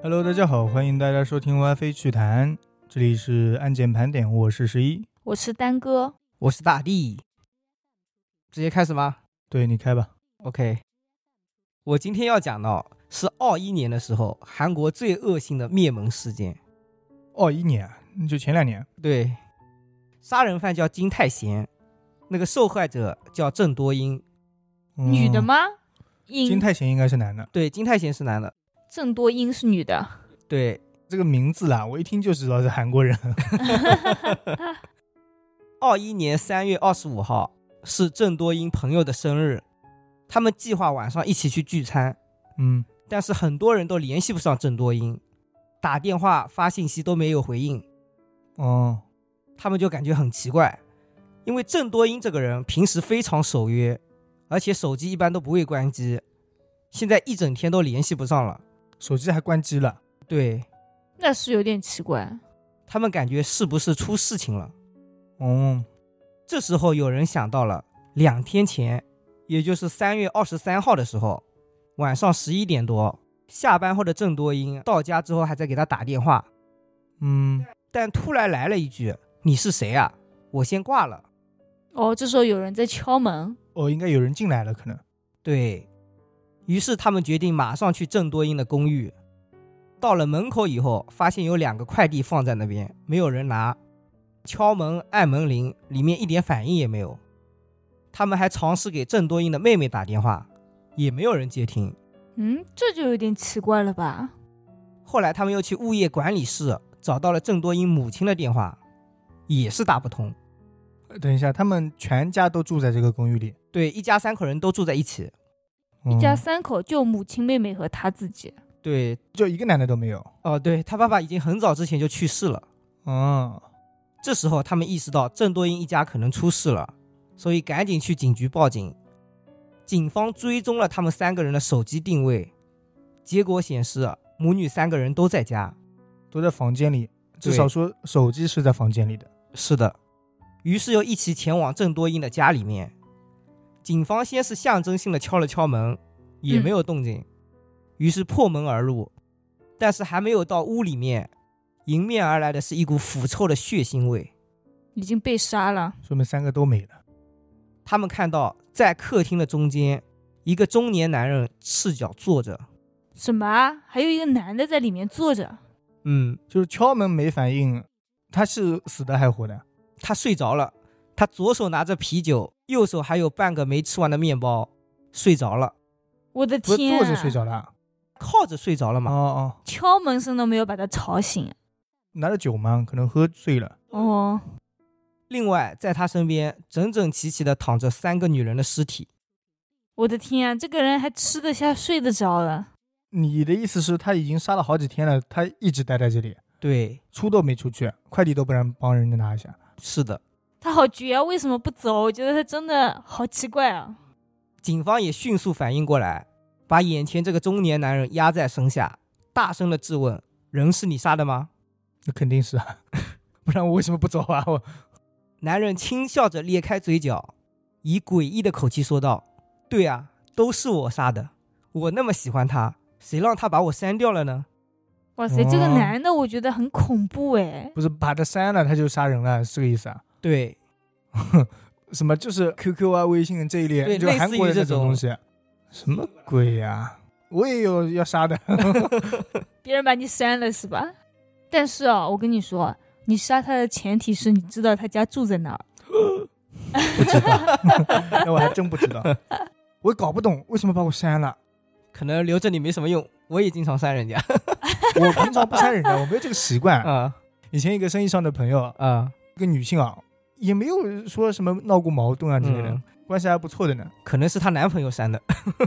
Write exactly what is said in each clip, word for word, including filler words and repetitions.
Hello， 大家好，欢迎大家收听 歪 飞趣谈，这里是案件盘点，我是十一， 我是丹哥， 我是大地。直接开始吗？ 对，你开吧。 OK， 我今天要讲的是二一年的时候韩国最恶性的灭门事件。 二一年就前两年。 对，杀人犯叫金泰贤，那个受害者叫郑多英、 嗯、 女的吗？ 金泰贤应该是男的。 对，金泰贤是男的， 郑多英是女的。 对， 这个名字啦，我一听就知道是韩国人。 二一年三月二十五号是郑多英朋友的生日，他们计划晚上一起去聚餐， 嗯， 但是很多人都联系不上郑多英，打电话发信息都没有回应。 哦， 他们就感觉很奇怪，因为郑多英这个人平时非常守约，而且手机一般都不会关机，现在一整天都联系不上了， 手机还关机了。 对， 那是有点奇怪。 他们感觉是不是出事情了。 哦， 这时候有人想到了两天前，也就是三月二十三号的时候，晚上十一点多，下班后的郑多英到家之后还在给他打电话， 嗯， 但突然来了一句：“你是谁啊？”我先挂了。 哦，这时候有人在敲门。 哦，应该有人进来了，可能。 对，于是他们决定马上去郑多英的公寓。到了门口以后，发现有两个快递放在那边，没有人拿。敲门按门铃，里面一点反应也没有。他们还尝试给郑多英的妹妹打电话，也没有人接听。 嗯，这就有点奇怪了吧。 后来他们又去物业管理室找到了郑多英母亲的电话，也是打不通。 等一下，他们全家都住在这个公寓里？ 对，一家三口人都住在一起。 一家三口，就母亲、妹妹和他自己。 对， 就一个男的都没有。 哦，对，他爸爸已经很早之前就去世了。 哦， 这时候他们意识到郑多英一家可能出事了，所以赶紧去警局报警。警方追踪了他们三个人的手机定位，结果显示母女三个人都在家， 都在房间里，至少说手机是在房间里的。 是的，于是又一起前往郑多英的家里面。警方先是象征性的敲了敲门，也没有动静，嗯、于是破门而入，但是还没有到屋里面，迎面而来的是一股腐臭的血腥味， 已经被杀了， 说明三个都没了。 他们看到在客厅的中间，一个中年男人赤脚坐着。 什么？还有一个男的在里面坐着？ 嗯， 就是敲门没反应，他是死的还活的？ 他睡着了，他左手拿着啤酒，右手还有半个没吃完的面包，睡着了。 我的天、啊！ 不是坐着睡着了？ 靠着睡着了嘛。 哦哦， 敲门声都没有把他吵醒。 拿着酒吗？可能喝醉了。 哦。 另外在他身边整整齐齐地躺着三个女人的尸体。 我的天啊，这个人还吃得下睡得着了。 你的意思是他已经杀了好几天了，他一直待在这里？ 对， 出都没出去，快递都不让帮人家拿一下。 是的， 他好绝啊，为什么不走？我觉得他真的好奇怪啊。 警方也迅速反应过来，把眼前这个中年男人压在身下，大声地质问：人是你杀的吗？ 那肯定是啊，不然我为什么不走啊？我男人轻笑着咧开嘴角，以诡异的口气说道：对啊，都是我杀的，我那么喜欢他，谁让他把我删掉了呢？ 哇塞，这个男的我觉得很恐怖哎。 不是把他删了他就杀人了，是这个意思啊？ 对。 什么就是 Q Q 啊、微信这一列， 对， 就韩国的那种东西。什么鬼呀、啊？我也有要杀的。 别人把你删了是吧？但是啊，我跟你说，你杀他的前提是你知道他家住在哪儿。 不知道。那我还真不知道，我搞不懂为什么把我删了。 可能留着你没什么用，我也经常删人家。 我平常不删人家，我没有这个习惯啊。 以前一个生意上的朋友啊， 一个女性啊，也没有说什么闹过矛盾啊之类的、嗯，关系还不错的呢。 可能是她男朋友删的。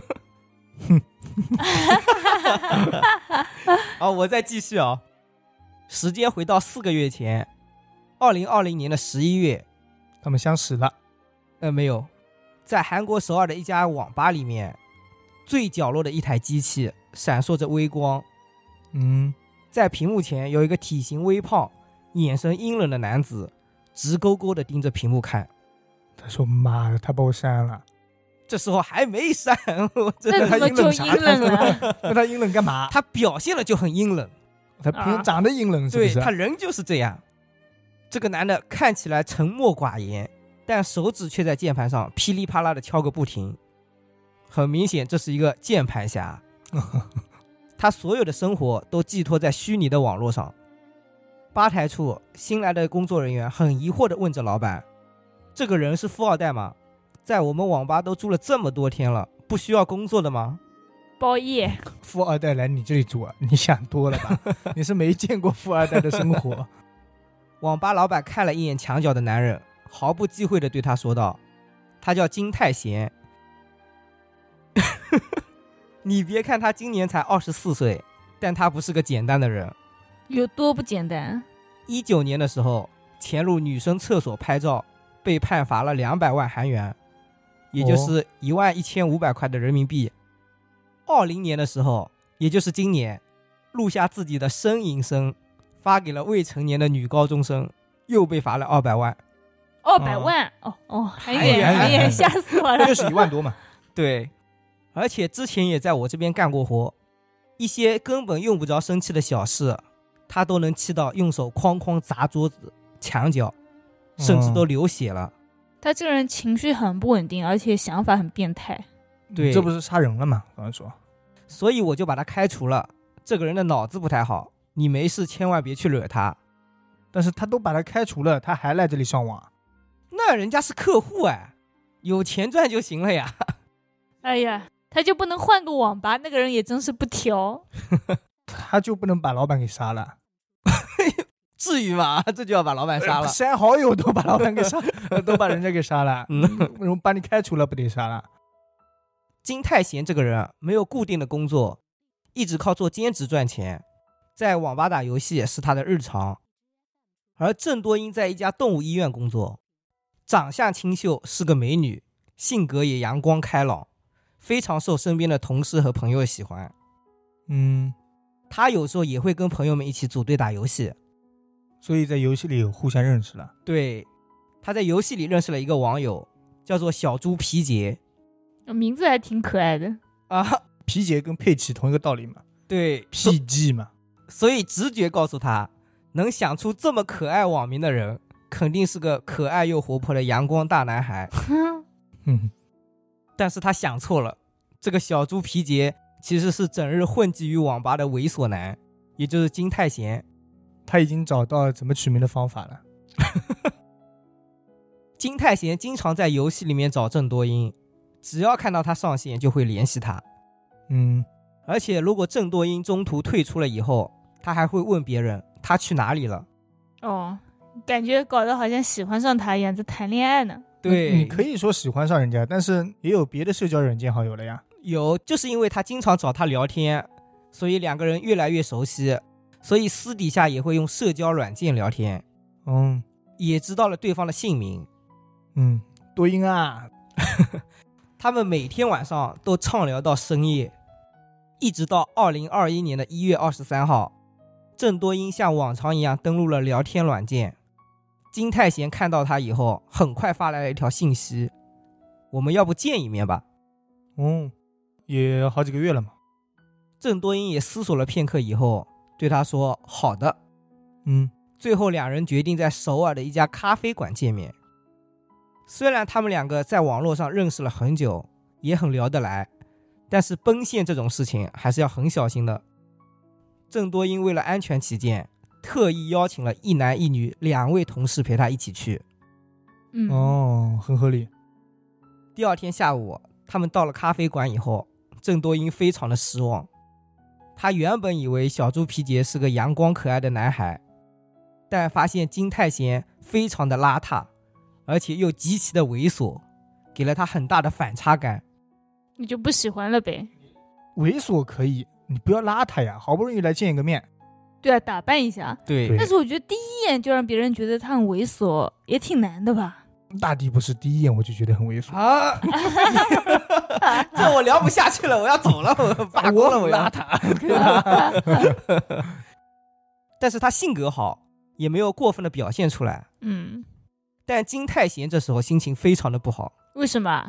好，我再继续啊。时间回到四个月前，二零二零年的十一月， 他们相识了。 呃，没有，在韩国首尔的一家网吧里面，最角落的一台机器闪烁着微光。 嗯， 在屏幕前有一个体型微胖、眼神阴冷的男子，直勾勾地盯着屏幕看。 他说：“妈的，他把我删了。” 这时候还没删，我真的那怎么就阴冷了？ 那他阴冷干嘛？ 他表现了就很阴冷， 他平时长得阴冷是不对是？ 他人就是这样。这个男的看起来沉默寡言，但手指却在键盘上噼里啪啦的敲个不停，很明显这是一个键盘侠。他所有的生活都寄托在虚拟的网络上。吧台处新来的工作人员很疑惑地问着老板，这个人是富二代吗？在我们网吧都住了这么多天了，不需要工作的吗？ 包夜， 富二代来你这里住啊？你想多了吧？你是没见过富二代的生活。 网吧老板看了一眼墙角的男人，毫不忌讳地对他说道，他叫金泰贤。你别看他今年才二十四岁，但他不是个简单的人。 有多不简单？ 一九年的时候，潜入女生厕所拍照，被判罚了两百万韩元，也就是一万一千五百块的人民币。二零年的时候，也就是今年，录下自己的呻吟声，发给了未成年的女高中生，又被罚了二百万。 二百万？哦哦，韩韩元元，韩元，吓死我了！ 就是一万多嘛。 对，而且之前也在我这边干过活，一些根本用不着生气的小事，他都能气到用手哐哐砸桌子、墙角，甚至都流血了。 他这个人情绪很不稳定，而且想法很变态。 对， 这不是杀人了吗？刚才说， 所以我就把他开除了。这个人的脑子不太好，你没事千万别去惹他。 但是他都把他开除了，他还来这里上网， 那人家是客户哎，有钱赚就行了呀。 哎呀，他就不能换个网吧？那个人也真是不挑。 他就不能把老板给杀了？ 至于吗？这就要把老板杀了？ 删好友都把老板给杀，都把人家给杀了， 嗯， 为什么把你开除了不得杀了？ 金泰贤这个人没有固定的工作，一直靠做兼职赚钱，在网吧打游戏是他的日常。而郑多英在一家动物医院工作，长相清秀，是个美女，性格也阳光开朗，非常受身边的同事和朋友喜欢。 嗯， 他有时候也会跟朋友们一起组队打游戏， 所以在游戏里有互相认识了。 对，他在游戏里认识了一个网友，叫做小猪皮杰， 名字还挺可爱的啊。 皮杰跟佩奇同一个道理嘛， 对 P G 嘛， 所以直觉告诉他，能想出这么可爱网名的人，肯定是个可爱又活泼的阳光大男孩。 嗯， 但是他想错了，这个小猪皮杰其实是整日混迹于网吧的猥琐男，也就是金泰贤。 他已经找到怎么取名的方法了。 金泰贤经常在游戏里面找郑多英，只要看到他上线就会联系他。 嗯， 而且如果郑多英中途退出了以后，他还会问别人他去哪里了。 哦，感觉搞得好像喜欢上他一样，在谈恋爱呢。 对， 你可以说喜欢上人家，但是也有别的社交软件好友了呀。 有，就是因为他经常找他聊天，所以两个人越来越熟悉，所以私底下也会用社交软件聊天。 嗯， 也知道了对方的姓名。 嗯，多英啊。 他们每天晚上都畅聊到深夜，一直到二零二一年的一月二十三号，郑多英像往常一样登录了聊天软件。金泰贤看到他以后，很快发来了一条信息：我们要不见一面吧？ 哦，也好几个月了嘛。 郑多英也思索了片刻以后，对他说：好的。 嗯， 最后两人决定在首尔的一家咖啡馆见面。虽然他们两个在网络上认识了很久，也很聊得来，但是奔现这种事情还是要很小心的。郑多英为了安全起见，特意邀请了一男一女两位同事陪他一起去。 嗯， 哦，很合理。 第二天下午，他们到了咖啡馆以后，郑多英非常的失望。他原本以为小猪皮杰是个阳光可爱的男孩，但发现金泰贤非常的邋遢，而且又极其的猥琐，给了他很大的反差感。 你就不喜欢了呗？ 猥琐可以，你不要邋遢呀，好不容易来见一个面。 对啊，打扮一下。 对， 但是我觉得第一眼就让别人觉得他很猥琐，也挺难的吧？ 大抵不是第一眼我就觉得很猥琐啊！这我聊不下去了，我要走了，我罢工了，我要邋遢。 但是他性格好，也没有过分的表现出来。 嗯， 但金泰贤这时候心情非常的不好。 为什么？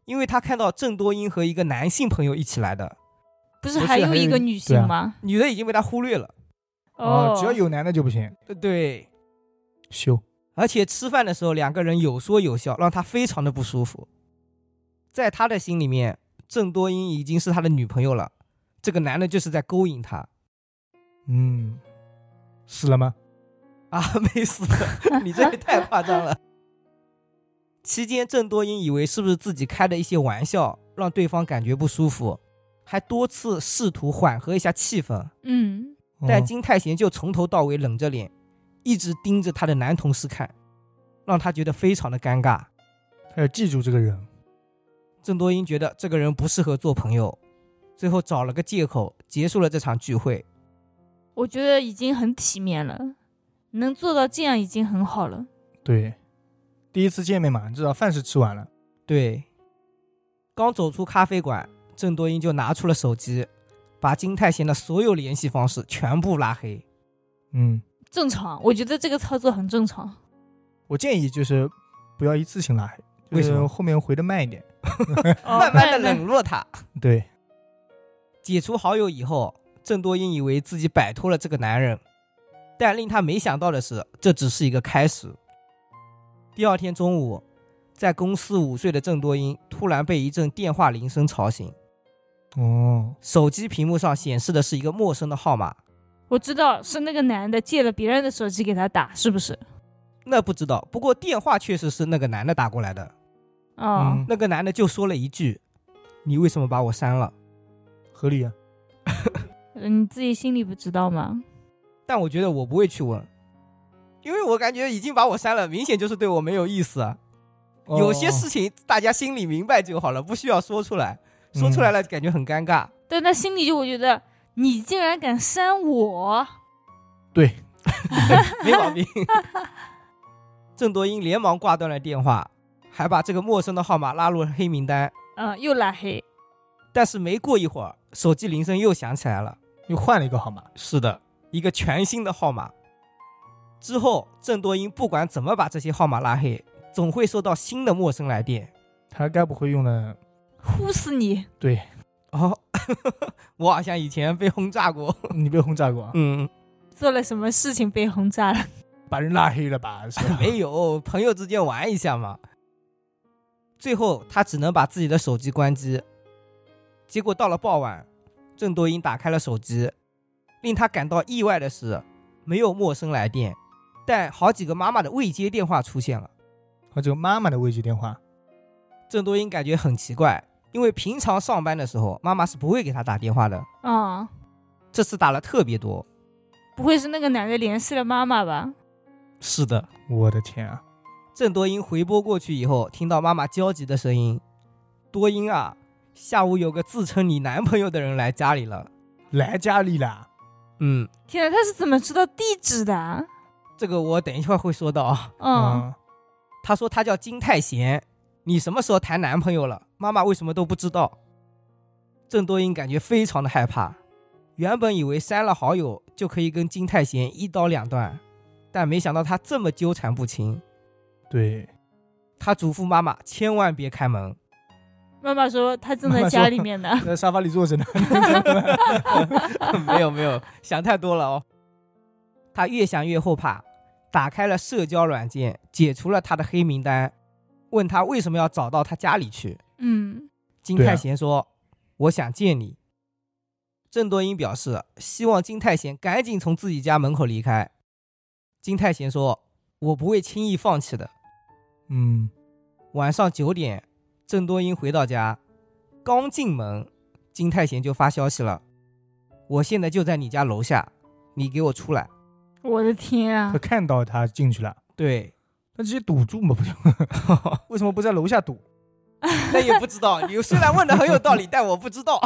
因为他看到郑多英和一个男性朋友一起来的， 不是还有一个女性吗？ 女的已经被他忽略了。 哦，只要有男的就不行。 对， 羞。 而且吃饭的时候两个人有说有笑，让他非常的不舒服。在他的心里面，郑多英已经是他的女朋友了，这个男的就是在勾引他。 嗯，死了吗？ 啊，没死，你这也太夸张了。期间郑多英以为是不是自己开的一些玩笑让对方感觉不舒服，还多次试图缓和一下气氛。 嗯， 但金泰贤就从头到尾冷着脸，一直盯着他的男同事看，让他觉得非常的尴尬。 他要记住这个人。 郑多英觉得这个人不适合做朋友，最后找了个借口结束了这场聚会。 我觉得已经很体面了，能做到这样已经很好了。 对，第一次见面嘛，至少饭是吃完了。 对，刚走出咖啡馆，郑多英就拿出了手机，把金泰贤的所有联系方式全部拉黑。 嗯， 正常，我觉得这个操作很正常。 我建议就是不要一次性拉黑， 为什么？ 后面回的慢一点， 慢慢的冷落他。 对， 解除好友以后，郑多英以为自己摆脱了这个男人，但令他没想到的是，这只是一个开始。第二天中午，在公司午睡的郑多英突然被一阵电话铃声吵醒。 哦， 手机屏幕上显示的是一个陌生的号码。 我知道是那个男的借了别人的手机给他打，是不是？ 那不知道，不过电话确实是那个男的打过来的。 哦、 嗯， 那个男的就说了一句：你为什么把我删了？ 合理啊。 你自己心里不知道吗？ 但我觉得我不会去问，因为我感觉已经把我删了，明显就是对我没有意思啊。 哦、 有些事情大家心里明白就好了，不需要说出来，说出来了感觉很尴尬。 嗯、但他心里就会觉得你竟然敢删我， 对， 没毛病。郑多英连忙挂断了电话，还把这个陌生的号码拉入了黑名单。 嗯，又拉黑。 但是没过一会儿，手机铃声又响起来了， 又换了一个号码。 是的，一个全新的号码。之后郑多英不管怎么把这些号码拉黑，总会收到新的陌生来电。 他该不会用的呼死你。 对， 哦，我好像以前被轰炸过。 你被轰炸过？ 嗯， 做了什么事情被轰炸了？ 把人拉黑了吧？是吧？ 没有，朋友之间玩一下嘛。最后他只能把自己的手机关机。结果到了傍晚，郑多英打开了手机，令他感到意外的是，没有陌生来电，但好几个妈妈的未接电话出现了。 和这个妈妈的未接电话。 郑多英感觉很奇怪，因为平常上班的时候妈妈是不会给他打电话的， 啊、嗯， 这次打了特别多。 不会是那个男的联系了妈妈吧？ 是的。 我的天啊！ 郑多英回拨过去以后，听到妈妈焦急的声音：多英啊，下午有个自称你男朋友的人来家里了。 来家里了？ 嗯， 天啊，他是怎么知道地址的？ 这个我等一会儿会说到啊。 嗯， 嗯， 他说他叫金泰贤，你什么时候谈男朋友了？妈妈为什么都不知道？郑多英感觉非常的害怕，原本以为删了好友就可以跟金泰贤一刀两断，但没想到他这么纠缠不清。 对， 他嘱咐妈妈千万别开门。 妈妈说他正在家里面呢。 在沙发里坐着呢。 没有没有，想太多了哦。他越想越后怕，打开了社交软件，解除了他的黑名单，问他为什么要找到他家里去。 嗯， 金泰贤说、啊、我想见你。郑多英表示希望金泰贤赶紧从自己家门口离开。金泰贤说我不会轻易放弃的。 嗯， 晚上九点，郑多英回到家，刚进门，金泰贤就发消息了：我现在就在你家楼下，你给我出来。 我的天啊！ 他看到他进去了。 对， 那直接堵住嘛，不就？为什么不在楼下堵？ 那也不知道，你虽然问的很有道理，但我不知道。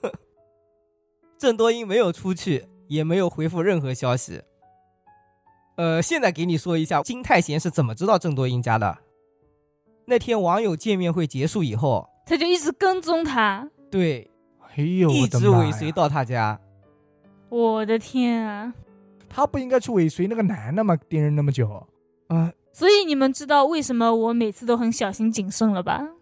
郑多英没有出去，也没有回复任何消息。呃，现在给你说一下金泰贤是怎么知道郑多英家的。那天网友见面会结束以后， 他就一直跟踪他。 对， 哎呦， 一直尾随到他家。 我的天啊！ 他不应该去尾随那个男的吗？盯人那么久。 啊、呃， 所以你们知道为什么我每次都很小心谨慎了吧？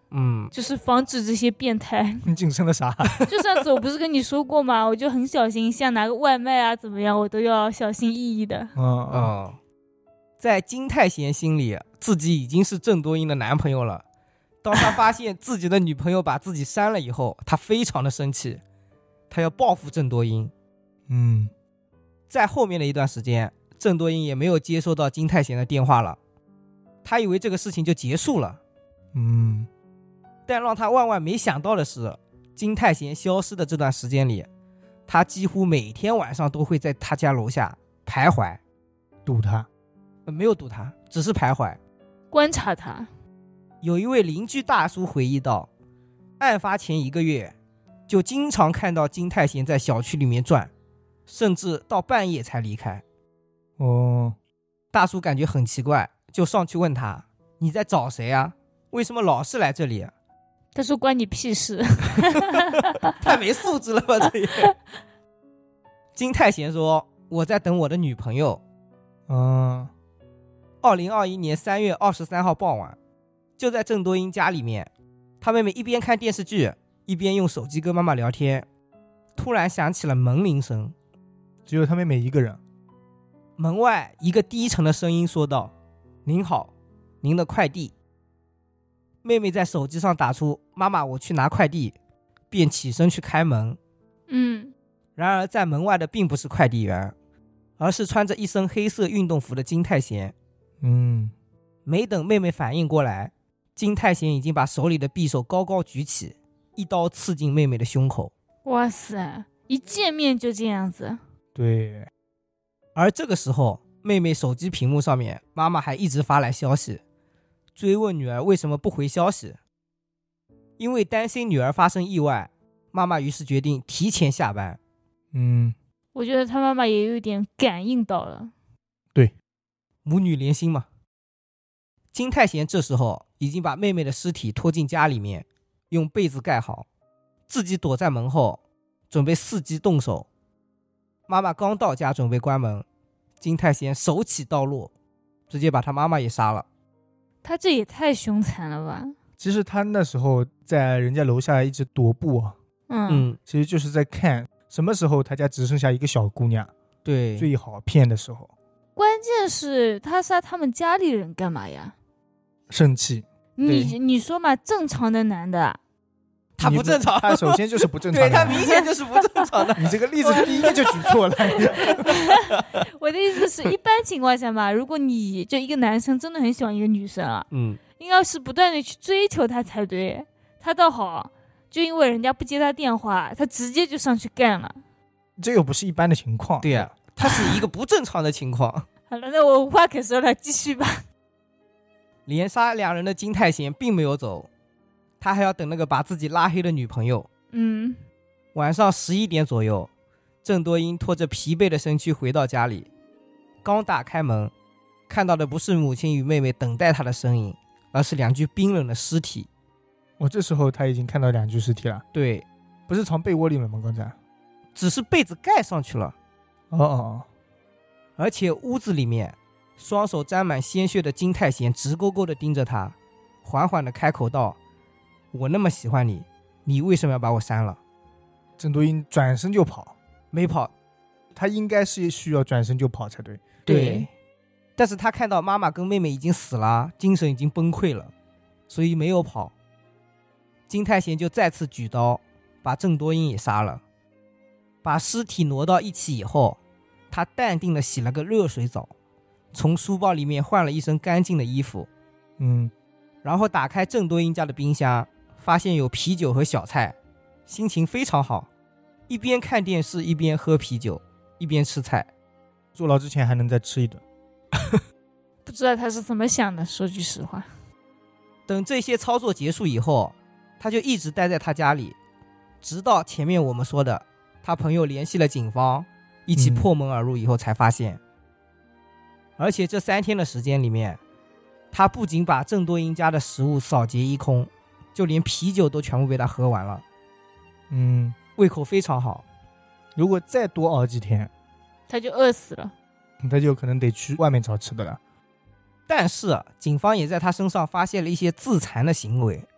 嗯， 就是防止这些变态。 你谨慎的啥？ 就上次我不是跟你说过吗？我就很小心，像拿个外卖啊怎么样，我都要小心翼翼的。 嗯嗯， 哦，在金泰贤心里，自己已经是郑多英的男朋友了。当他发现自己的女朋友把自己删了以后，他非常的生气，他要报复郑多英。 嗯， 在后面的一段时间，郑多英也没有接收到金泰贤的电话了，他以为这个事情就结束了。 嗯， 但让他万万没想到的是，金泰贤消失的这段时间里，他几乎每天晚上都会在他家楼下徘徊。 堵他？ 呃没有堵他，只是徘徊。 观察他。 有一位邻居大叔回忆到，案发前一个月就经常看到金泰贤在小区里面转，甚至到半夜才离开。 哦， 大叔感觉很奇怪，就上去问他，你在找谁啊？为什么老是来这里？ 他说关你屁事。 太没素质了吧这也。金泰贤说，我在等我的女朋友。 嗯， 二零二一年三月二十三号傍晚，就在郑多英家里面，他妹妹一边看电视剧一边用手机跟妈妈聊天，突然响起了门铃声。 只有他妹妹一个人。 门外一个低沉的声音说道，您好，您的快递。妹妹在手机上打出妈妈我去拿快递，便起身去开门。 嗯， 然而在门外的并不是快递员，而是穿着一身黑色运动服的金泰贤。 嗯， 没等妹妹反应过来，金泰贤已经把手里的匕首高高举起，一刀刺进妹妹的胸口。 哇塞，一见面就这样子。 对。 而这个时候，妹妹手机屏幕上面妈妈还一直发来消息，追问女儿为什么不回消息。因为担心女儿发生意外，妈妈于是决定提前下班。 嗯， 我觉得他妈妈也有点感应到了。 对， 母女连心嘛。金泰贤这时候已经把妹妹的尸体拖进家里面，用被子盖好，自己躲在门后，准备伺机动手。妈妈刚到家准备关门，金泰贤手起刀落，直接把他妈妈也杀了。 他这也太凶残了吧。 其实他那时候在人家楼下一直踱步啊， 嗯嗯， 其实就是在看什么时候他家只剩下一个小姑娘， 对， 最好骗的时候。 关键是他杀他们家里人干嘛呀？ 生气。 你你说嘛，正常的男的， 他不正常， 他首先就是不正常的。 对，他明显就是不正常的。 你这个例子第一个就举错了。 我的意思是一般情况下嘛，如果你就一个男生真的很喜欢一个女生啊， 嗯， 应该是不断的去追求她才对。他倒好，就因为人家不接他电话，他直接就上去干了。 这又不是一般的情况。 对呀、啊，他是一个不正常的情况。 好了，那我无话可说了，继续吧。 连杀两人的金泰贤并没有走，他还要等那个把自己拉黑的女朋友。 嗯， 晚上十一点左右，郑多英拖着疲惫的身躯回到家里，刚打开门，看到的不是母亲与妹妹等待他的身影，而是两具冰冷的尸体。 我这时候他已经看到两具尸体了。 对， 不是藏被窝里面吗？刚才只是被子盖上去了。 哦哦， 而且屋子里面，双手沾满鲜血的金泰贤直勾勾地盯着他，缓缓地开口道：我那么喜欢你，你为什么要把我删了？ 郑多英转身就跑。 没跑， 他应该是需要转身就跑才对。 对，但是他看到妈妈跟妹妹已经死了，精神已经崩溃了，所以没有跑。金泰贤就再次举刀把郑多英也杀了。把尸体挪到一起以后，他淡定地洗了个热水澡，从书包里面换了一身干净的衣服， 嗯， 然后打开郑多英家的冰箱，发现有啤酒和小菜，心情非常好，一边看电视一边喝啤酒一边吃菜。 坐牢之前还能再吃一顿。 不知道他是怎么想的，说句实话。 等这些操作结束以后，他就一直待在他家里，直到前面我们说的他朋友联系了警方，一起破门而入以后才发现、嗯、而且这三天的时间里面，他不仅把郑多英家的食物扫劫一空，就连啤酒都全部被他喝完了。 嗯， 胃口非常好。 如果再多熬几天， 他就饿死了， 他就可能得去外面找吃的了。 但是警方也在他身上发现了一些自残的行为，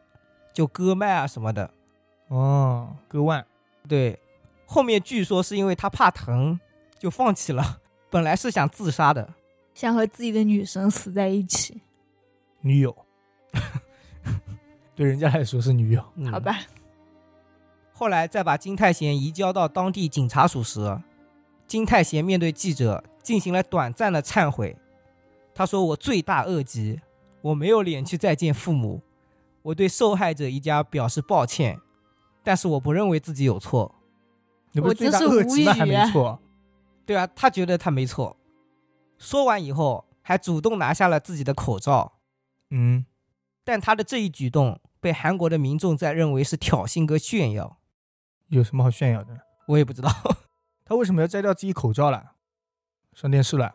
就割脉啊什么的。 哦，割腕。 对，后面据说是因为他怕疼就放弃了，本来是想自杀的， 想和自己的女神死在一起。 女友对人家来说是女友、 嗯、 好吧。 后来再把金太贤移交到当地警察署时，金太贤面对记者进行了短暂的忏悔。他说，我罪大恶极，我没有脸去再见父母，我对受害者一家表示抱歉，但是我不认为自己有错。 你不是罪大恶极吗？还没错。 对啊，他觉得他没错。说完以后还主动拿下了自己的口罩。 嗯， 但他的这一举动被韩国的民众在认为是挑衅跟炫耀。 有什么好炫耀的？ 我也不知道。 他为什么要摘掉自己口罩了？上电视了。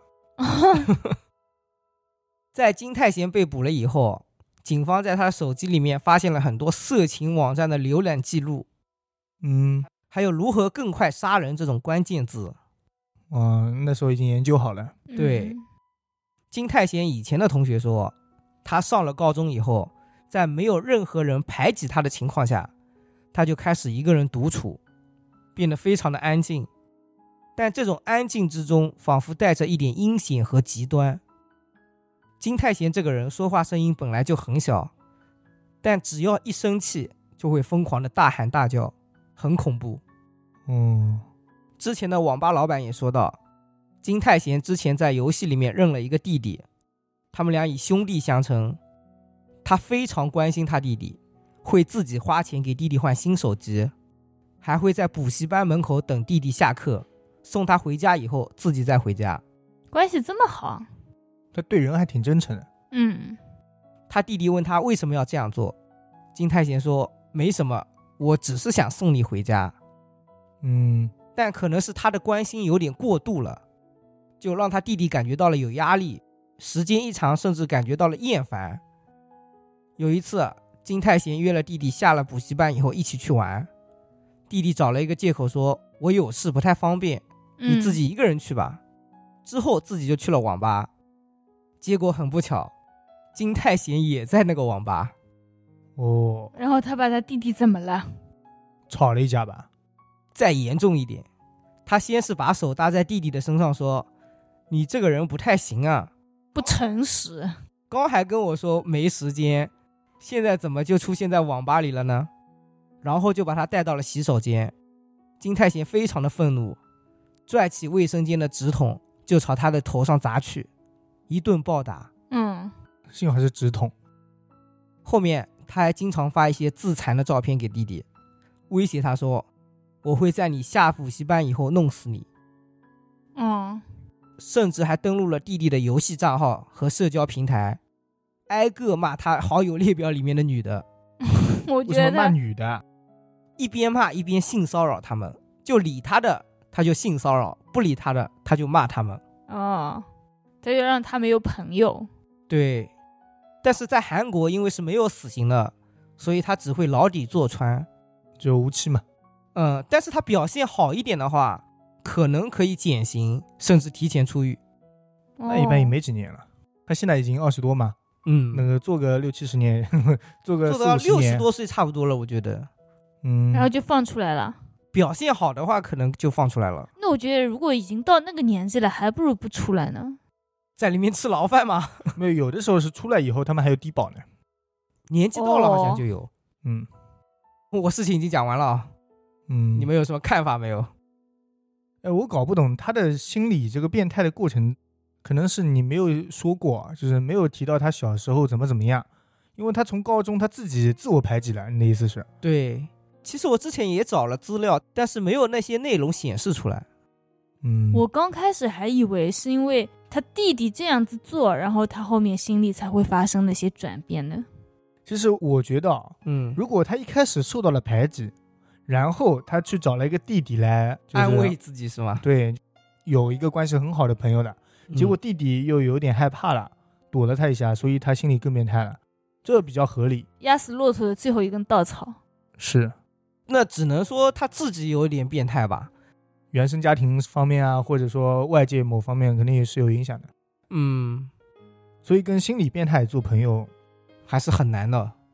在金太贤被捕了以后，警方在他手机里面发现了很多色情网站的浏览记录， 嗯， 还有如何更快杀人这种关键字。 哦，那时候已经研究好了。 对、 嗯、 金太贤以前的同学说，他上了高中以后，在没有任何人排挤他的情况下，他就开始一个人独处，变得非常的安静，但这种安静之中仿佛带着一点阴险和极端。金太贤这个人说话声音本来就很小，但只要一生气就会疯狂的大喊大叫，很恐怖。 嗯， 之前的网吧老板也说到，金太贤之前在游戏里面认了一个弟弟，他们俩以兄弟相称，他非常关心他弟弟，会自己花钱给弟弟换新手机，还会在补习班门口等弟弟下课，送他回家以后自己再回家。 关系这么好。 他对人还挺真诚的。 嗯， 他弟弟问他为什么要这样做，金太贤说没什么，我只是想送你回家。 嗯， 但可能是他的关心有点过度了，就让他弟弟感觉到了有压力，时间一长甚至感觉到了厌烦。有一次金太贤约了弟弟下了补习班以后一起去玩，弟弟找了一个借口说我有事不太方便，你自己一个人去吧、嗯、之后自己就去了网吧。结果很不巧，金太贤也在那个网吧。 哦， 然后他把他弟弟怎么了？ 吵了一架吧。 再严重一点，他先是把手搭在弟弟的身上说，你这个人不太行啊， 不诚实， 刚还跟我说没时间，现在怎么就出现在网吧里了呢？然后就把他带到了洗手间。金太贤非常的愤怒，拽起卫生间的纸筒就朝他的头上砸去，一顿暴打。 嗯， 幸好是直筒。 后面他还经常发一些自残的照片给弟弟，威胁他说，我会在你下补习班以后弄死你。 嗯， 甚至还登录了弟弟的游戏账号和社交平台，挨个骂他好友列表里面的女的。 我觉得为什么骂女的？ 一边骂一边性骚扰他们，就理他的他就性骚扰，不理他的他就骂他们。 哦，他就让他没有朋友。 对，但是在韩国因为是没有死刑的，所以他只会牢底坐穿， 就无期嘛。 嗯，但是他表现好一点的话，可能可以减刑，甚至提前出狱。 那一般也没几年了，他现在已经二十多嘛。 嗯， 那个做个六七十年，呵呵做个做到六十多岁差不多了，我觉得。 嗯， 然后就放出来了。 表现好的话，可能就放出来了。 那我觉得，如果已经到那个年纪了，还不如不出来呢。 在里面吃牢饭吗？ 没有，有的时候是出来以后，他们还有低保呢。 年纪到了好像就有。 哦、 嗯， 我事情已经讲完了啊。 嗯， 你们有什么看法没有？ 哎，我搞不懂他的心理这个变态的过程，可能是你没有说过，就是没有提到他小时候怎么怎么样，因为他从高中他自己自我排挤了，你的意思是？ 对，其实我之前也找了资料，但是没有那些内容显示出来。 嗯， 我刚开始还以为是因为他弟弟这样子做，然后他后面心里才会发生那些转变呢。 其实我觉得， 嗯， 如果他一开始受到了排挤，然后他去找了一个弟弟来、就是、 安慰自己是吗？ 对，有一个关系很好的朋友的，结果弟弟又有点害怕了、嗯、躲了他一下，所以他心里更变态了，这比较合理。 压死骆驼的最后一根稻草。 是， 那只能说他自己有点变态吧， 原生家庭方面啊，或者说外界某方面肯定也是有影响的。 嗯， 所以跟心理变态做朋友还是很难的。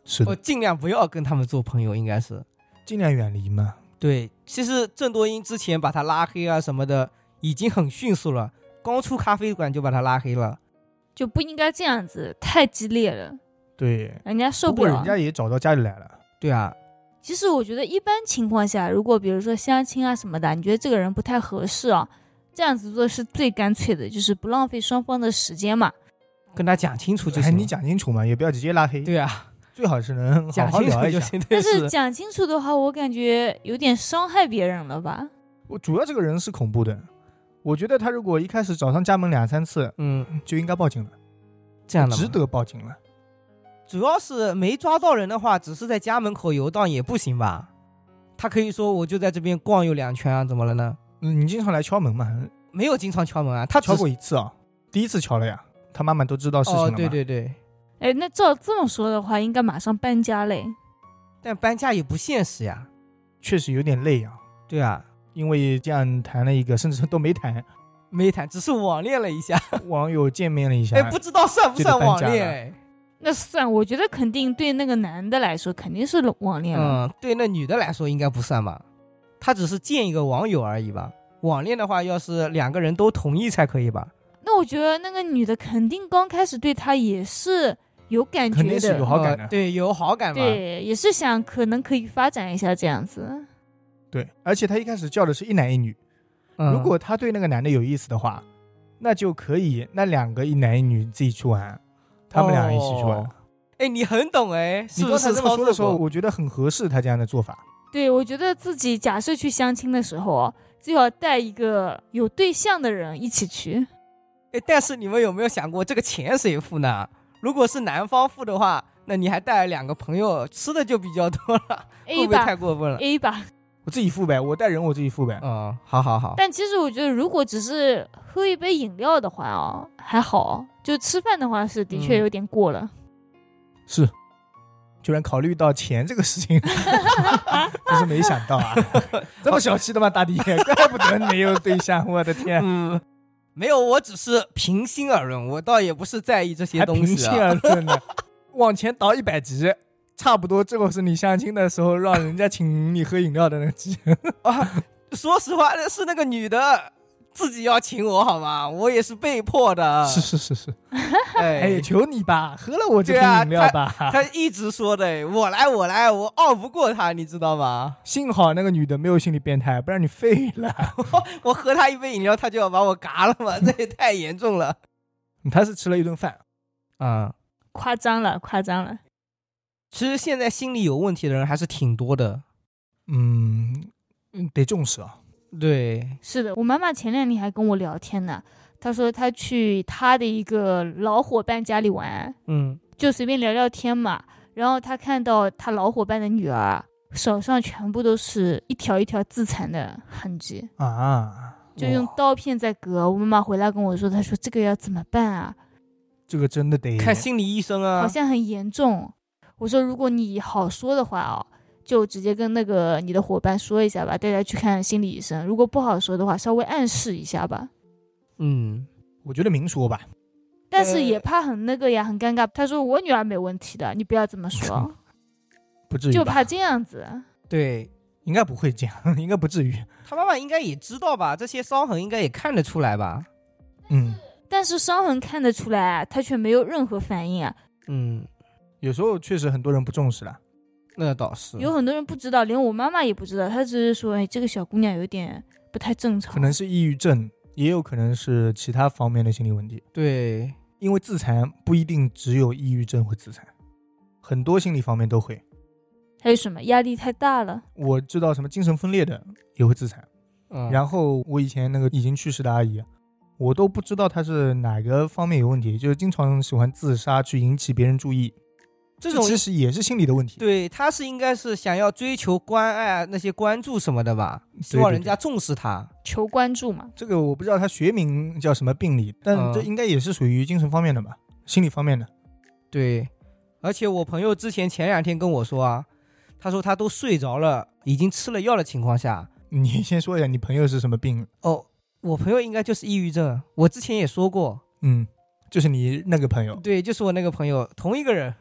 是的， 我尽量不要跟他们做朋友，应该是尽量远离嘛。 对。其实郑多英之前把他拉黑啊什么的，已经很迅速了，刚出咖啡馆就把他拉黑了， 就不应该这样子，太激烈了， 对， 人家受不了。 不过人家也找到家里来了。 对啊， 其实我觉得一般情况下，如果比如说相亲啊什么的，你觉得这个人不太合适啊，这样子做是最干脆的，就是不浪费双方的时间嘛。 跟他讲清楚就哎， 行了。 你讲清楚嘛，也不要直接拉黑。 对啊， 最好是能好讲清好聊一下。 楚就行。 但是是讲清楚的话，我感觉有点伤害别人了吧？ 我主要这个人是恐怖的，我觉得他如果一开始找上家门两三次， 嗯， 就应该报警了， 这样的吗值得报警了。 主要是没抓到人的话，只是在家门口游荡也不行吧？他可以说我就在这边逛悠两圈啊，怎么了呢？ 嗯，你经常来敲门嘛？ 没有经常敲门啊，他敲只过一次啊，第一次敲了呀。他妈妈都知道事情了嘛。 哦，对对对， 哎，那照这么说的话，应该马上搬家嘞。 但搬家也不现实呀。 确实有点累啊， 对啊， 因为这样谈了一个，甚至都没谈， 没谈，只是网恋了一下。 网友见面了一下。 哎，不知道算不算网恋？哎， 那算，我觉得肯定对那个男的来说肯定是网恋了。 嗯，对那女的来说应该不算吧？他只是见一个网友而已吧？网恋的话，要是两个人都同意才可以吧？ 那我觉得那个女的肯定刚开始对他也是有感觉的， 肯定是有好感的。 呃对，有好感嘛。 对，也是想可能可以发展一下这样子。 对，而且他一开始叫的是一男一女， 嗯、 如果他对那个男的有意思的话，那就可以，那两个一男一女自己去玩，他们俩一起去玩。 哎、哦，你很懂哎，是不是你刚才这么说的时候， 操作过我觉得很合适他这样的做法。 对，我觉得自己假设去相亲的时候，最好带一个有对象的人一起去。 哎，但是你们有没有想过，这个钱谁付呢？如果是男方付的话，那你还带两个朋友，吃的就比较多了， A 会不会吧太过分了 A 吧。 我自己付呗，我带人我自己付呗。 嗯，好好好。 但其实我觉得，如果只是喝一杯饮料的话哦，还好；就吃饭的话，是的确有点过了。 嗯、是，居然考虑到钱这个事情，真是没想到啊！这么小气的吗，大弟？怪不得没有对象，我的天！ 嗯，没有，我只是平心而论，我倒也不是在意这些东西、啊。 平心而论呢，往前倒一百集。差不多，这个是你相亲的时候让人家请你喝饮料的那集啊。说实话，是那个女的自己要请我好吗？我也是被迫的。 是是是是， 哎， 哎，求你吧，喝了我这瓶饮料吧。 啊、他, 他一直说的，我来我来，我拗不过他，你知道吗？ 幸好那个女的没有心理变态，不然你废了。 我喝他一杯饮料，他就要把我嘎了嘛，这也太严重了。 他是吃了一顿饭啊、嗯， 夸张了，夸张了。 其实现在心理有问题的人还是挺多的， 嗯，得重视啊。 对， 是的，我妈妈前两天还跟我聊天呢，她说她去她的一个老伙伴家里玩， 嗯， 就随便聊聊天嘛，然后她看到她老伙伴的女儿手上全部都是一条一条自残的痕迹啊， 就用刀片在割。我妈妈回来跟我说，她说这个要怎么办啊？ 这个真的得看心理医生啊， 好像很严重。我说如果你好说的话哦，就直接跟那个你的伙伴说一下吧，带他去看心理医生。如果不好说的话，稍微暗示一下吧。 嗯， 我觉得明说吧， 但是也怕很那个呀，很尴尬。他说我女儿没问题的，你不要这么说。 不至于， 就怕这样子。 对， 应该不会这样，应该不至于。 他妈妈应该也知道吧，这些伤痕应该也看得出来吧。 嗯， 但是伤痕看得出来啊，他却没有任何反应啊。 嗯。 有时候确实很多人不重视了， 那倒是有很多人不知道，连我妈妈也不知道，她只是说，哎，这个小姑娘有点不太正常， 可能是抑郁症，也有可能是其他方面的心理问题。 对， 因为自残不一定只有抑郁症会自残，很多心理方面都会。 还有什么压力太大了？ 我知道什么精神分裂的也会自残， 嗯， 然后我以前那个已经去世的阿姨，我都不知道她是哪个方面有问题，就是经常喜欢自杀去引起别人注意。 这种其实也是心理的问题。 对，他是应该是想要追求关爱那些关注什么的吧，希望人家重视他， 求关注嘛。 这个我不知道他学名叫什么病理，但这应该也是属于精神方面的吧，嗯、心理方面的。 对，而且我朋友之前前两天跟我说啊，他说他都睡着了，已经吃了药的情况下， 你先说一下你朋友是什么病？ 哦，我朋友应该就是抑郁症，我之前也说过， 嗯，就是你那个朋友， 对，就是我那个朋友，同一个人。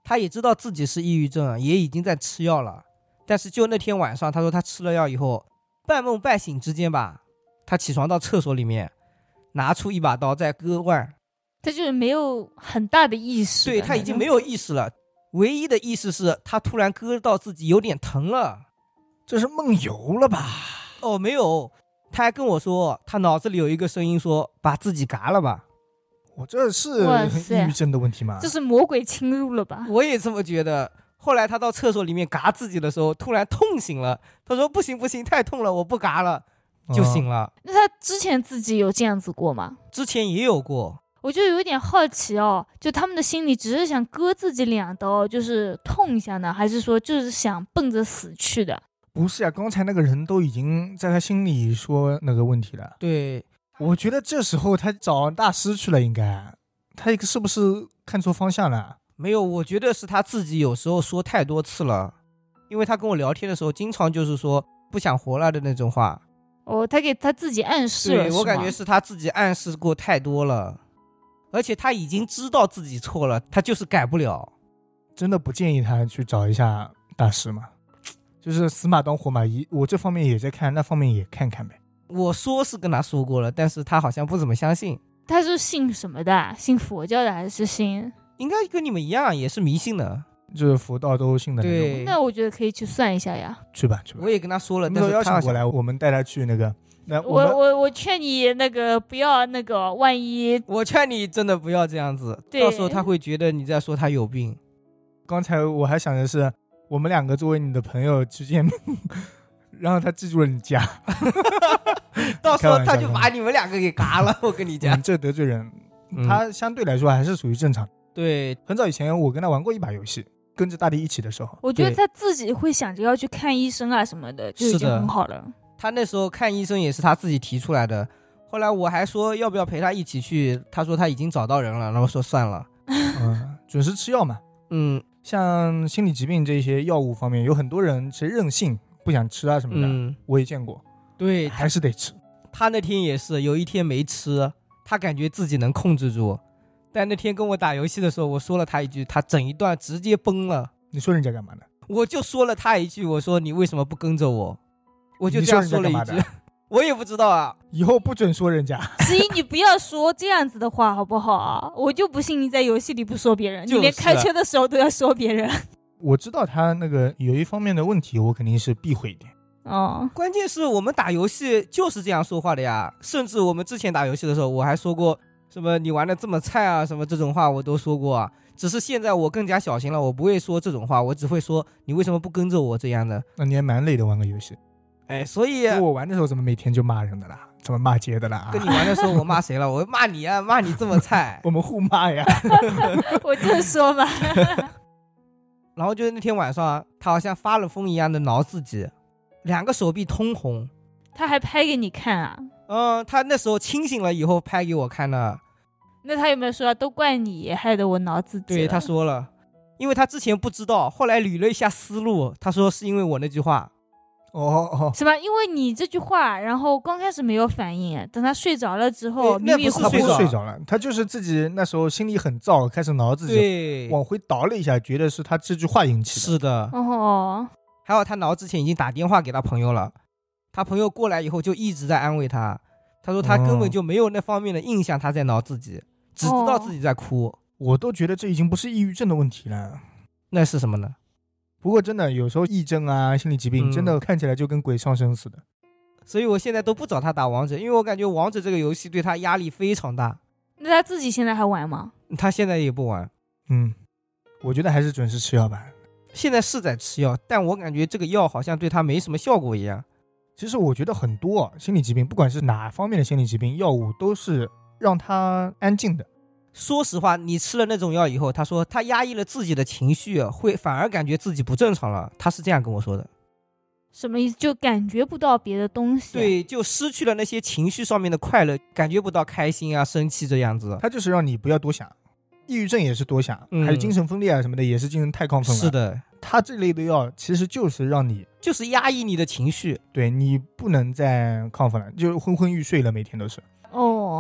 他也知道自己是抑郁症，也已经在吃药了，但是就那天晚上，他说他吃了药以后，半梦半醒之间吧，他起床到厕所里面，拿出一把刀在割腕。 他就是没有很大的意识， 对，他已经没有意识了，唯一的意识是他突然割到自己有点疼了。 这是梦游了吧？ 哦，没有，他还跟我说他脑子里有一个声音说把自己嘎了吧。 我这是抑郁症的问题吗？ 这是魔鬼侵入了吧？ 我也这么觉得。后来他到厕所里面嘎自己的时候，突然痛醒了，他说不行不行，太痛了，我不嘎了，就醒了。 哦、 那他之前自己有这样子过吗？ 之前也有过。 我就有点好奇哦，就他们的心里只是想割自己两刀，就是痛一下呢，还是说就是想奔着死去的？ 不是啊，刚才那个人都已经在他心里说那个问题了。 对， 我觉得这时候他找大师去了，应该他是不是看错方向了？ 没有，我觉得是他自己有时候说太多次了，因为他跟我聊天的时候经常就是说不想活了的那种话。 哦，他给他自己暗示了。 对，我感觉是他自己暗示过太多了，而且他已经知道自己错了，他就是改不了。 真的不建议他去找一下大师吗？就是死马当活马医，我这方面也在看，那方面也看看呗。 我说是跟他说过了，但是他好像不怎么相信。 他是信什么的？信佛教的还是信？ 应该跟你们一样，也是迷信的， 就是佛道都信的那种。 对， 那我觉得可以去算一下呀。 去吧去吧。 我也跟他说了， 但是邀请过来，我们带他去那个。那我我我劝你那个不要那个，万一我劝你真的不要这样子，到时候他会觉得你在说他有病。 刚才我还想的是，我们两个作为你的朋友去见面，让他记住了你家， 到时候他就把你们两个给嘎了。我跟你讲， 嗯、这得罪人、嗯，他相对来说还是属于正常。 对， 很早以前我跟他玩过一把游戏，跟着大地一起的时候， 我觉得他自己会想着要去看医生啊什么的，就已经很好了。 他那时候看医生也是他自己提出来的，后来我还说要不要陪他一起去，他说他已经找到人了，然后说算了。 嗯，准时吃药嘛。 嗯， 像心理疾病这些药物方面，有很多人其实任性不想吃啊什么的， 嗯， 我也见过。 对， 还是得吃。 他那天也是有一天没吃，他感觉自己能控制住，但那天跟我打游戏的时候，我说了他一句，他整一段直接崩了。 你说人家干嘛呢？ 我就说了他一句，我说你为什么不跟着我？我就这样说了一句，我也不知道啊， 以后不准说人家。 子怡，你不要说这样子的话好不好啊？我就不信你在游戏里不说别人， 就是、 你连开车的时候都要说别人。 我知道他那个有一方面的问题，我肯定是避讳一点。 哦， 关键是我们打游戏就是这样说话的呀，甚至我们之前打游戏的时候，我还说过什么你玩的这么菜啊，什么这种话我都说过啊。只是现在我更加小心了，我不会说这种话，我只会说你为什么不跟着我这样的。 那你还蛮累的玩个游戏。 哎，所以我玩的时候怎么每天就骂人的啦？怎么骂街的啦？ 跟你玩的时候我骂谁了？我骂你啊，骂你这么菜。 我们互骂呀。 我就说嘛。 然后就是那天晚上，他好像发了疯一样的挠自己，两个手臂通红。 他还拍给你看啊？ 嗯，他那时候清醒了以后拍给我看的。 那他有没有说都怪你害得我挠自己？ 对，他说了，因为他之前不知道，后来捋了一下思路，他说是因为我那句话。 哦哦， 是吧？因为你这句话，然后刚开始没有反应，等他睡着了之后， 那不是他不是睡着了，他就是自己那时候心里很燥，开始挠自己， 对， 往回倒了一下，觉得是他这句话引起的。 是的。 哦， 还有他挠之前已经打电话给他朋友了，他朋友过来以后就一直在安慰他，他说他根本就没有那方面的印象，他在挠自己，只知道自己在哭。 我都觉得这已经不是抑郁症的问题了， 那是什么呢？ 不过真的有时候癔症啊心理疾病、嗯、真的看起来就跟鬼上身似的， 所以我现在都不找他打王者，因为我感觉王者这个游戏对他压力非常大。 那他自己现在还玩吗？ 他现在也不玩。 嗯，我觉得还是准时吃药吧。 现在是在吃药，但我感觉这个药好像对他没什么效果一样。 其实我觉得很多心理疾病，不管是哪方面的心理疾病，药物都是让他安静的。 说实话，你吃了那种药以后，他说他压抑了自己的情绪，会反而感觉自己不正常了，他是这样跟我说的。 什么意思？就感觉不到别的东西？ 对，就失去了那些情绪上面的快乐，感觉不到开心啊生气这样子。 他就是让你不要多想，抑郁症也是多想、嗯、还有精神分裂啊什么的也是精神太亢奋了。 是的， 他这类的药其实就是让你就是压抑你的情绪， 对，你不能再亢奋了，就昏昏欲睡了，每天都是。 哦，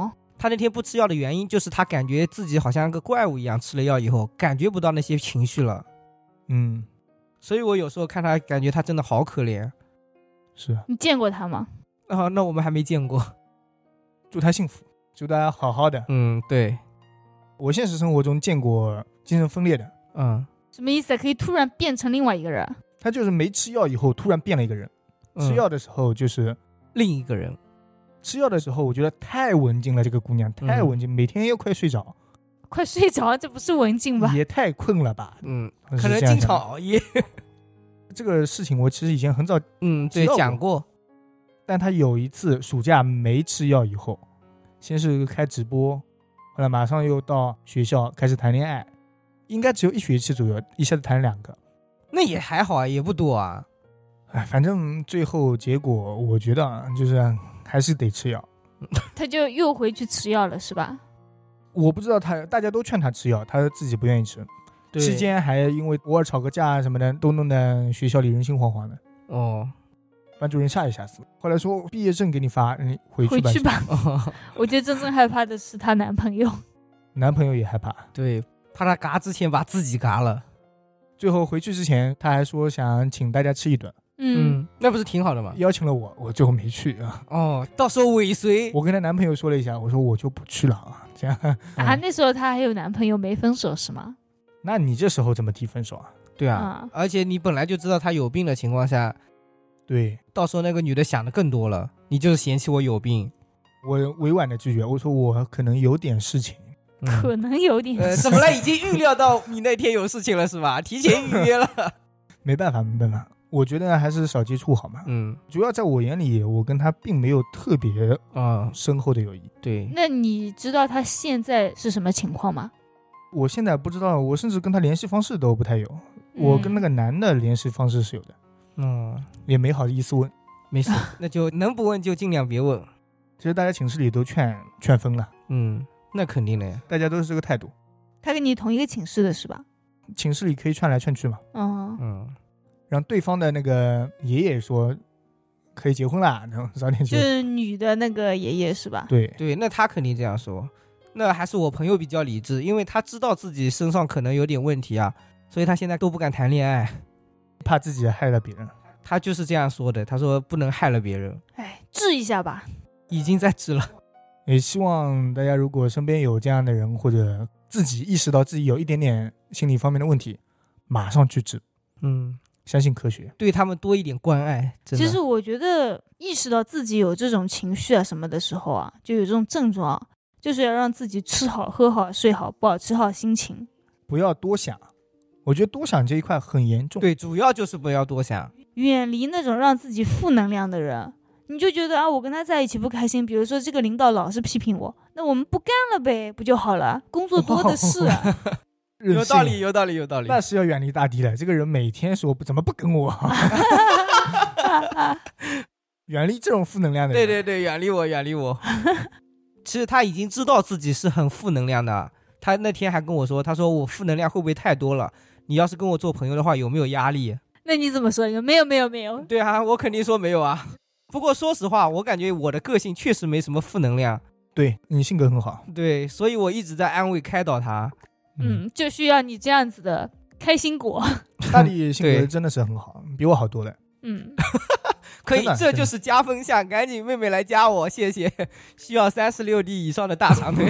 他那天不吃药的原因就是他感觉自己好像个怪物一样，吃了药以后感觉不到那些情绪了。 嗯， 所以我有时候看他感觉他真的好可怜。 是。 你见过他吗？ 啊，那我们还没见过。 祝他幸福，祝他好好的。 嗯，对。 我现实生活中见过精神分裂的。 嗯， 什么意思？可以突然变成另外一个人？ 他就是没吃药以后突然变了一个人， 嗯、 吃药的时候就是另一个人。 吃药的时候我觉得太文静了，这个姑娘太文静、嗯、每天又快睡着。 快睡着，这不是文静吧？ 也太困了吧。 嗯，可能经常熬夜。 这个事情我其实以前很早嗯对讲过， 但他有一次暑假没吃药以后，先是开直播，后来马上又到学校开始谈恋爱，应该只有一学期左右，一下子谈两个。 那也还好啊，也不多啊。 哎，反正最后结果我觉得就是还是得吃药。 他就又回去吃药了是吧？ 我不知道他，大家都劝他吃药，他自己不愿意吃。期间还因为偶尔吵个架什么的，都弄得学校里人心惶惶的。 哦， 班主任吓一吓死。后来说毕业证给你发，你回去吧。 回去吧。我觉得真正害怕的是她男朋友。 男朋友也害怕。 对，怕他嘎之前把自己嘎了。 最后回去之前，他还说想请大家吃一顿。 嗯, 嗯，那不是挺好的吗？ 邀请了我，我最后没去啊。 哦，到时候尾随。 我跟她男朋友说了一下，我说我就不去了啊。这样啊，那时候她还有男朋友没分手是吗？ 那你这时候怎么提分手啊？ 对啊、嗯，而且你本来就知道他有病的情况下， 对， 到时候那个女的想的更多了，你就是嫌弃我有病。 我委婉的拒绝，我说我可能有点事情。 嗯、可能有点事情、呃、怎么了？已经预料到你那天有事情了是吧？提前预约了。 没办法没办法，我觉得还是少接触好嘛。 嗯， 主要在我眼里，我跟他并没有特别啊深厚的友谊、 嗯。对， 那你知道他现在是什么情况吗？ 我现在不知道，我甚至跟他联系方式都不太有。嗯、我跟那个男的联系方式是有的， 嗯， 也没好意思问。 没事，那就能不问就尽量别问。 其实大家寝室里都劝劝分了。 嗯，那肯定的呀， 大家都是这个态度。 他跟你同一个寝室的是吧？ 寝室里可以劝来劝去嘛。 嗯嗯， 让对方的那个爷爷说可以结婚了，然后早点结。 就是女的那个爷爷是吧？ 对对，那他肯定这样说。那还是我朋友比较理智，因为他知道自己身上可能有点问题啊，所以他现在都不敢谈恋爱， 怕自己害了别人。 他就是这样说的，他说不能害了别人。 哎，治一下吧。 已经在治了。 也希望大家如果身边有这样的人，或者自己意识到自己有一点点心理方面的问题，马上去治。 嗯， 相信科学， 对他们多一点关爱。真的， 其实我觉得意识到自己有这种情绪啊什么的时候啊，就有这种症状，就是要让自己吃好喝好睡好，保持好心情， 不要多想。我觉得多想这一块很严重。 对，主要就是不要多想， 远离那种让自己负能量的人。你就觉得啊，我跟他在一起不开心，比如说这个领导老是批评我，那我们不干了呗，不就好了？工作多的是、啊。 有道理，有道理，有道理。 那是要远离大敌了。这个人每天说怎么不跟我？远离这种负能量的人。 对对对，远离我，远离我。其实他已经知道自己是很负能量的。他那天还跟我说，他说我负能量会不会太多了？你要是跟我做朋友的话，有没有压力？ 那你怎么说？没有，没有，没有。 对啊，我肯定说没有啊。不过说实话，我感觉我的个性确实没什么负能量。 对，你性格很好。 对，所以我一直在安慰开导他。 嗯，就需要你这样子的开心果。 大力性格真的是很好，比我好多的。 嗯， 可以，这就是加分项，赶紧妹妹来加我，谢谢。需要三十六 D 以上的大长腿。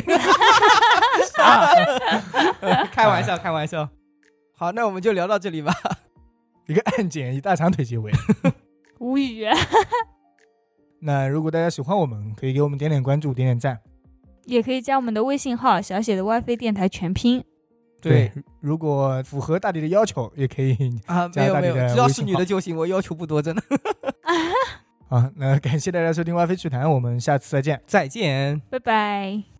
开玩笑，开玩笑。好，那我们就聊到这里吧。 一个案件以大长腿结尾。 无语。 那如果大家喜欢我们，可以给我们点点关注，点点赞， 也可以加我们的微信号小写的 WiFi 电台全拼。 对，如果符合大力的要求，也可以啊，没有没有，只要是女的就行，我要求不多，真的。 好，那感谢大家收听 WiFi 趣谈，我们下次再见， 再见， 拜拜。